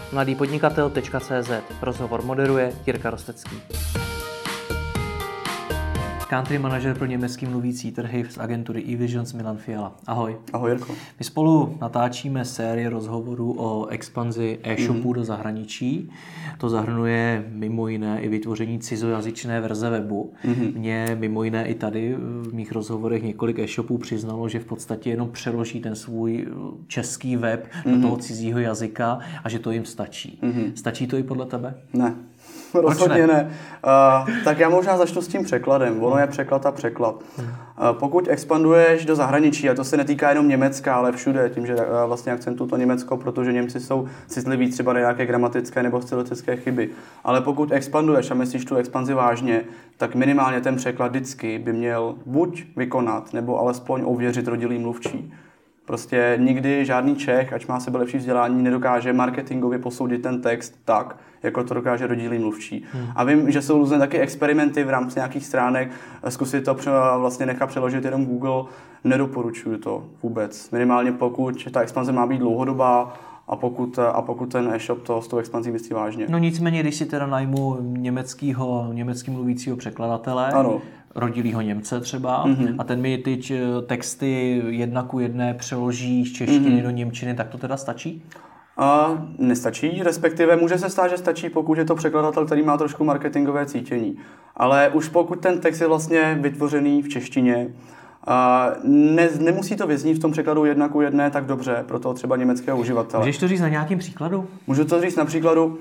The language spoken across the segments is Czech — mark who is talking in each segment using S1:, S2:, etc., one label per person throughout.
S1: mladýpodnikatel.cz. Rozhovor moderuje Jirka Rostecký. Country manažer pro německý mluvící trhy z agentury eVisions Milan Fiala. Ahoj.
S2: Ahoj, Jirko.
S1: My spolu natáčíme sérii rozhovorů o expanzi e-shopů do zahraničí. To zahrnuje mimo jiné i vytvoření cizojazyčné verze webu. Mě mimo jiné i tady v mých rozhovorech několik e-shopů přiznalo, že v podstatě jenom přeloží ten svůj český web do toho cizího jazyka a že to jim stačí. Stačí to i podle tebe?
S2: Ne. Rozhodně ne. Tak já možná začnu s tím překladem. Ono je překlad a překlad. Pokud expanduješ do zahraničí, a to se netýká jenom Německa, ale všude, tím, že vlastně akcentuju to Německo, protože Němci jsou citliví třeba na nějaké gramatické nebo stylistické chyby. Ale pokud expanduješ a myslíš tu expanzi vážně, tak minimálně ten překlad vždycky by měl buď vykonat, nebo alespoň ověřit rodilý mluvčí. Prostě nikdy žádný Čech, ať má sebe lepší vzdělání, nedokáže marketingově posoudit ten text tak, jako to dokáže rodilý mluvčí. A vím, že jsou různé taky experimenty v rámci nějakých stránek, zkusit to vlastně nechat přeložit jenom Google, nedoporučuju to vůbec. Minimálně pokud ta expanze má být dlouhodobá a pokud ten e-shop to s tou expanzí myslí vážně.
S1: No nicméně, když si teda najmu německý mluvícího překladatele,
S2: ano,
S1: rodilýho Němce třeba, a ten mi ty texty 1:1 přeloží z češtiny do němčiny, tak to teda stačí?
S2: Nestačí, respektive může se stát, že stačí, pokud je to překladatel, který má trošku marketingové cítění. Ale už pokud ten text je vlastně vytvořený v češtině, nemusí to vyznít v tom překladu 1:1 tak dobře pro toho třeba německého uživatele.
S1: Můžeš to říct na nějakém příkladu?
S2: Můžu to říct na příkladu.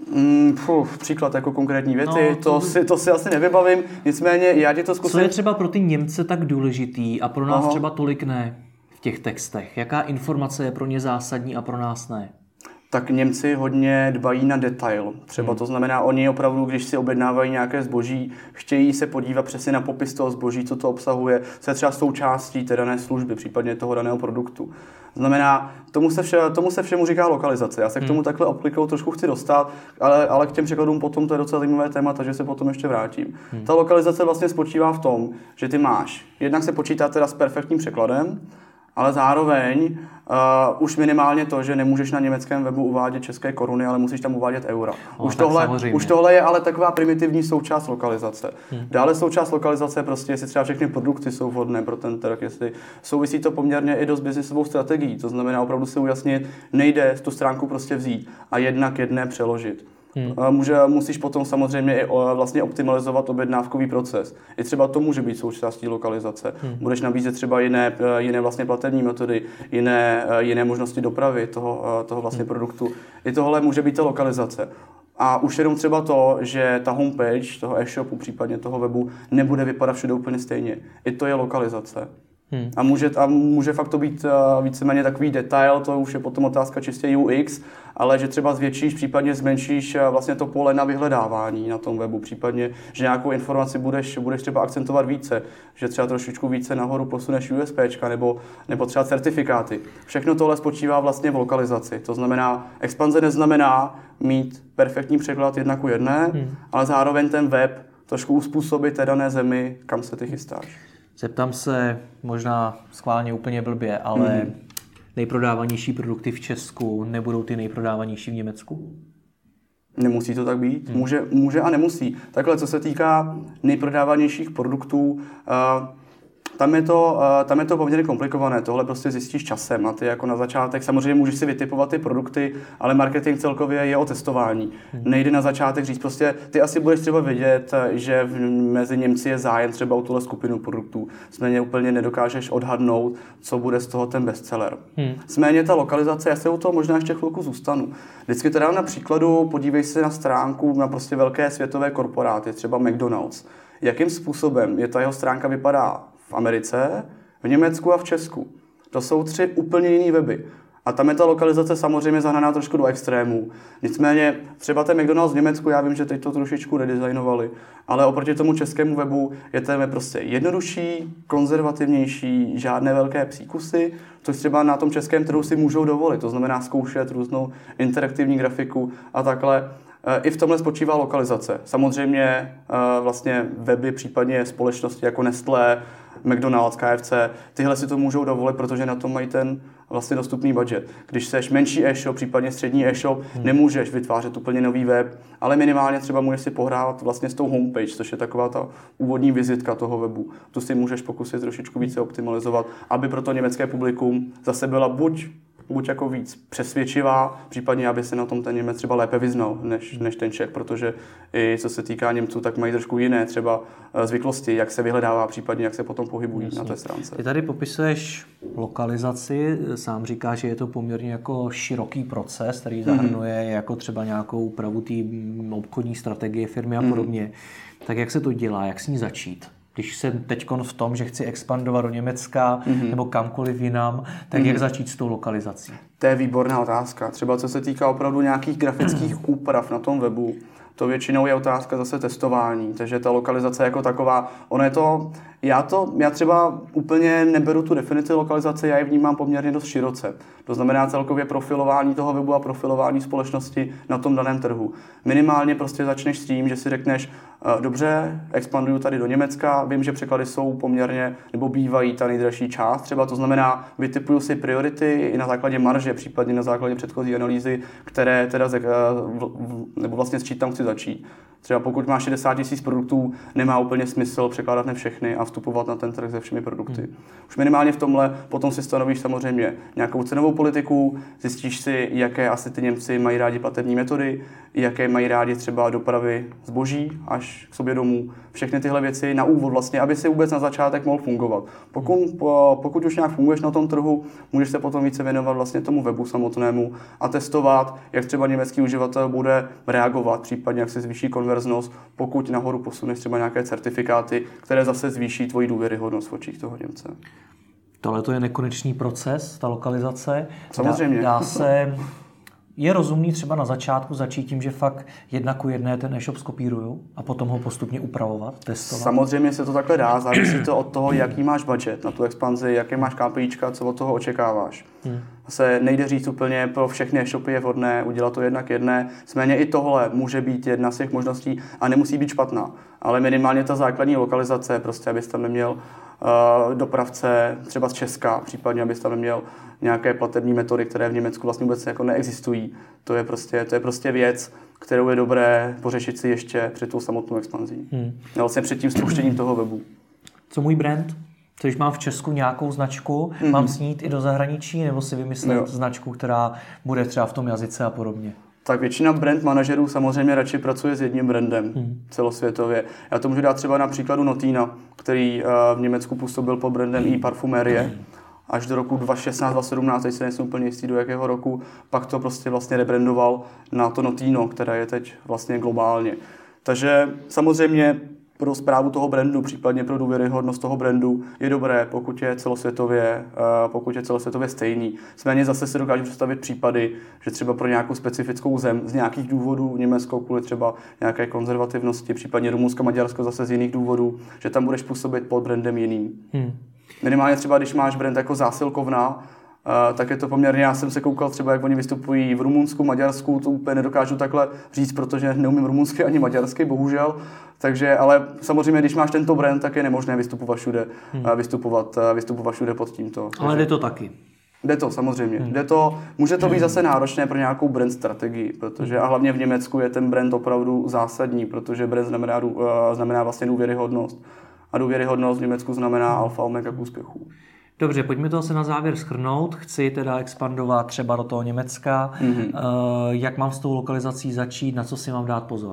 S2: Příklad jako konkrétní věty, to si asi nevybavím, nicméně já ti to zkusím.
S1: Co je třeba pro ty Němce tak důležitý a pro nás třeba tolik ne v těch textech? Jaká informace je pro ně zásadní a pro nás ne?
S2: Tak Němci hodně dbají na detail. Třeba to znamená, oni opravdu, když si objednávají nějaké zboží, chtějí se podívat přesně na popis toho zboží, co to obsahuje, co je třeba součástí té dané služby, případně toho daného produktu. Znamená, tomu se všemu říká lokalizace. Já se k tomu takhle aplikou trošku chci dostat, ale k těm překladům potom to je docela zajímavé téma, takže se potom ještě vrátím. Ta lokalizace vlastně spočívá v tom, že ty máš, jednak se počítá teda s perfektním překladem, ale zároveň už minimálně to, že nemůžeš na německém webu uvádět české koruny, ale musíš tam uvádět eura. Už tohle je ale taková primitivní součást lokalizace. Dále součást lokalizace prostě, jestli třeba všechny produkty jsou vhodné pro ten trh, jestli souvisí to poměrně i dost businessovou strategií. To znamená opravdu si ujasnit, nejde tu stránku prostě vzít a 1:1 přeložit. Musíš potom samozřejmě i vlastně optimalizovat objednávkový proces. I třeba to může být součástí lokalizace. Budeš nabízet třeba jiné vlastně platební metody, jiné možnosti dopravy toho vlastně produktu. I tohle může být ta lokalizace. A už jenom třeba to, že ta homepage toho e-shopu, případně toho webu, nebude vypadat všude úplně stejně. I to je lokalizace. A může fakt to být víceméně takový detail, to už je potom otázka čistě UX, ale že třeba zvětšíš, případně zmenšíš vlastně to pole na vyhledávání na tom webu, případně, že nějakou informaci budeš třeba akcentovat více, že třeba trošičku více nahoru posuneš USPčka nebo třeba certifikáty. Všechno tohle spočívá vlastně v lokalizaci. To znamená, expanze neznamená mít perfektní překlad 1:1, ale zároveň ten web trošku uspůsobit té dané zemi, kam se ty chystáš.
S1: Zeptám se možná schválně úplně blbě, ale nejprodávanější produkty v Česku nebudou ty nejprodávanější v Německu?
S2: Nemusí to tak být. Může a nemusí. Takhle, co se týká nejprodávanějších produktů, tam je to poměrně komplikované. Tohle prostě zjistíš časem a ty jako na začátek samozřejmě můžeš si vytipovat ty produkty, ale marketing celkově je o testování. Nejde na začátek říct prostě, ty asi budeš třeba vidět, že mezi Němci je zájem třeba o tuhle skupinu produktů. Sméně úplně nedokážeš odhadnout, co bude z toho ten bestseller. Sméně ta lokalizace, já se u toho možná ještě chvilku zůstanu. Vždycky teda na příkladu podívej se na stránku na prostě velké světové korporáty, třeba McDonald's. Jakým způsobem je ta jeho stránka vypadá v Americe, v Německu a v Česku. To jsou 3 úplně jiný weby. A tam je ta lokalizace samozřejmě zahnaná trošku do extrémů. Nicméně třeba ten McDonald's v Německu, já vím, že teď to trošičku redesignovali, ale oproti tomu českému webu je ten web prostě jednodušší, konzervativnější, žádné velké příkusy, což třeba na tom českém trhu si můžou dovolit. To znamená zkoušet různou interaktivní grafiku a takhle. I v tomhle spočívá lokalizace. Samozřejmě vlastně weby, případně společnosti jako Nestlé, McDonald's, KFC, tyhle si to můžou dovolit, protože na tom mají ten vlastně dostupný budget. Když seš menší e-shop, případně střední e-shop, nemůžeš vytvářet úplně nový web, ale minimálně třeba můžeš si pohrávat vlastně s tou homepage, což je taková ta úvodní vizitka toho webu. Tu si můžeš pokusit trošičku více optimalizovat, aby pro to německé publikum zase byla buď jako víc přesvědčivá, případně aby se na tom ten Němec třeba lépe vyznal než ten Čech, protože i co se týká Němců, tak mají trošku jiné třeba zvyklosti, jak se vyhledává, případně jak se potom pohybují na té stránce.
S1: Ty tady popisuješ lokalizaci, sám říkáš, že je to poměrně jako široký proces, který zahrnuje jako třeba nějakou úpravu té obchodní strategie firmy a podobně. Tak jak se to dělá, jak s ní začít? Když jsem teďkon v tom, že chci expandovat do Německa nebo kamkoliv jinam, tak jak začít s tou lokalizací?
S2: To je výborná otázka. Třeba co se týká opravdu nějakých grafických úprav na tom webu, to většinou je otázka zase testování, takže ta lokalizace jako taková, ono je to, já třeba úplně neberu tu definici lokalizace, já ji vnímám poměrně dost široce. To znamená celkově profilování toho webu a profilování společnosti na tom daném trhu. Minimálně prostě začneš s tím, že si řekneš, dobře, expanduju tady do Německa, vím, že překlady jsou poměrně, nebo bývají ta nejdražší část, třeba to znamená, vytipuju si priority i na základě marže, případně na základě předchozí analýzy, které teda, nebo vlastně s čím tam chci začít. Třeba pokud má 60 000 produktů, nemá úplně smysl překládat ne všechny a vstupovat na ten trh se všemi produkty. Už minimálně v tomhle potom si stanovíš samozřejmě nějakou cenovou politiku, zjistíš si, jaké asi ty Němci mají rádi platební metody, jaké mají rádi třeba dopravy zboží až k sobě domů. Všechny tyhle věci na úvod vlastně, aby si vůbec na začátek mohl fungovat. Pokud už nějak funguješ na tom trhu, můžeš se potom více věnovat vlastně tomu webu samotnému a testovat, jak třeba německý uživatel bude reagovat, případně jak se zvýší konverznost, pokud nahoru posuneš třeba nějaké certifikáty, které zase zvýší tvoji důvěryhodnost v očích toho Němce.
S1: Tohle to je nekonečný proces, ta lokalizace.
S2: Samozřejmě.
S1: Je rozumný třeba na začátku začít tím, že fakt 1:1 ten e-shop skopíruju a potom ho postupně upravovat, testovat?
S2: Samozřejmě se to takhle dá, závisí to od toho, jaký máš budget na tu expanzi, jaké máš KPIčka, co od toho očekáváš. Se nejde říct úplně pro všechny e-shopy je vhodné udělat to 1:1, nicméně i tohle může být jedna z těch možností a nemusí být špatná, ale minimálně ta základní lokalizace, prostě abys tam neměl dopravce třeba z Česka, případně abys tam neměl nějaké platební metody, které v Německu vlastně vůbec jako neexistují. To je prostě věc, kterou je dobré pořešit si ještě před tou samotnou expanzí. Vlastně před tím spuštěním toho webu.
S1: Co můj brand? Když mám v Česku nějakou značku, mám s ní jít i do zahraničí, nebo si vymyslet značku, která bude třeba v tom jazyce a podobně?
S2: Tak většina brand manažerů samozřejmě radši pracuje s jedním brandem celosvětově. Já to můžu dát třeba na příkladu Notina, který v Německu působil pod brandem eParfumerie až do roku 2016-2017, teď se nejsem úplně jistý do jakého roku, pak to prostě vlastně rebrandoval na to Notino, které je teď vlastně globálně. Takže samozřejmě pro správu toho brandu, případně pro důvěryhodnost toho brandu je dobré, pokud je celosvětově stejný. Nicméně zase si dokážu představit případy, že třeba pro nějakou specifickou zem z nějakých důvodů, Německo kvůli třeba nějaké konzervativnosti, případně Rumunsko, Maďarsko zase z jiných důvodů, že tam budeš působit pod brandem jiným. Minimálně třeba, když máš brand jako zásilkovna, tak je to poměrně, já jsem se koukal třeba, jak oni vystupují v Rumunsku, Maďarsku, to úplně nedokážu takhle říct, protože neumím rumunsky ani maďarsky, bohužel. Takže, ale samozřejmě, když máš tento brand, tak je nemožné vystupovat všude, vystupovat všude pod tímto.
S1: Ale jde to taky.
S2: Jde to, samozřejmě. Může to být zase náročné pro nějakou brand strategii, protože a hlavně v Německu je ten brand opravdu zásadní, protože brand znamená vlastně důvěryhodnost. A důvěryhodnost v Německu znamená alfa omega k úspěchu.
S1: Dobře, pojďme to asi na závěr shrnout. Chci teda expandovat třeba do toho Německa. Jak mám s tou lokalizací začít, na co si mám dát pozor?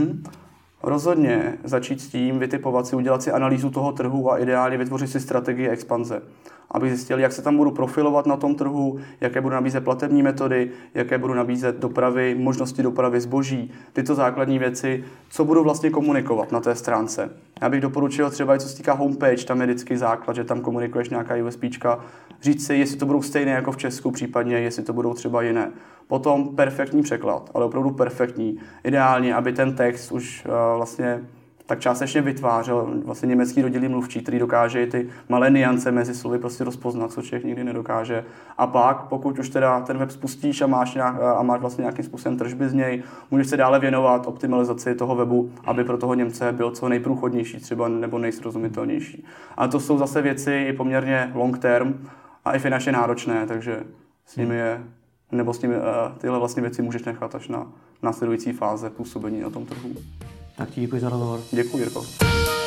S2: Rozhodně začít s tím, vytipovat si, udělat si analýzu toho trhu a ideálně vytvořit si strategii expanze. Aby zjistili, jak se tam budu profilovat na tom trhu, jaké budu nabízet platební metody, jaké budu nabízet dopravy, možnosti dopravy zboží, tyto základní věci, co budu vlastně komunikovat na té stránce. Já bych doporučil třeba i co se týká homepage, tam je vždycky základ, že tam komunikuješ nějaká USPčka, říct si, jestli to budou stejné jako v Česku, případně jestli to budou třeba jiné. Potom perfektní překlad, ale opravdu perfektní. Ideálně, aby ten text už vlastně tak částečně vytvářel vlastně německý rodilý mluvčí, který dokáže ty malé niance mezi slovy prostě rozpoznat, co člověk nikdy nedokáže. A pak, pokud už teda ten web spustíš a máš vlastně nějakým způsobem tržby z něj, můžeš se dále věnovat optimalizaci toho webu, aby pro toho Němce byl co nejprůchodnější třeba nebo nejsrozumitelnější. A to jsou zase věci poměrně long term a i finančně náročné, takže s nimi tyhle vlastně věci můžeš nechat až na následující fáze působení na tom trhu.
S1: Tak ti děkuji za rozhovor.
S2: Děkuji, Jirko.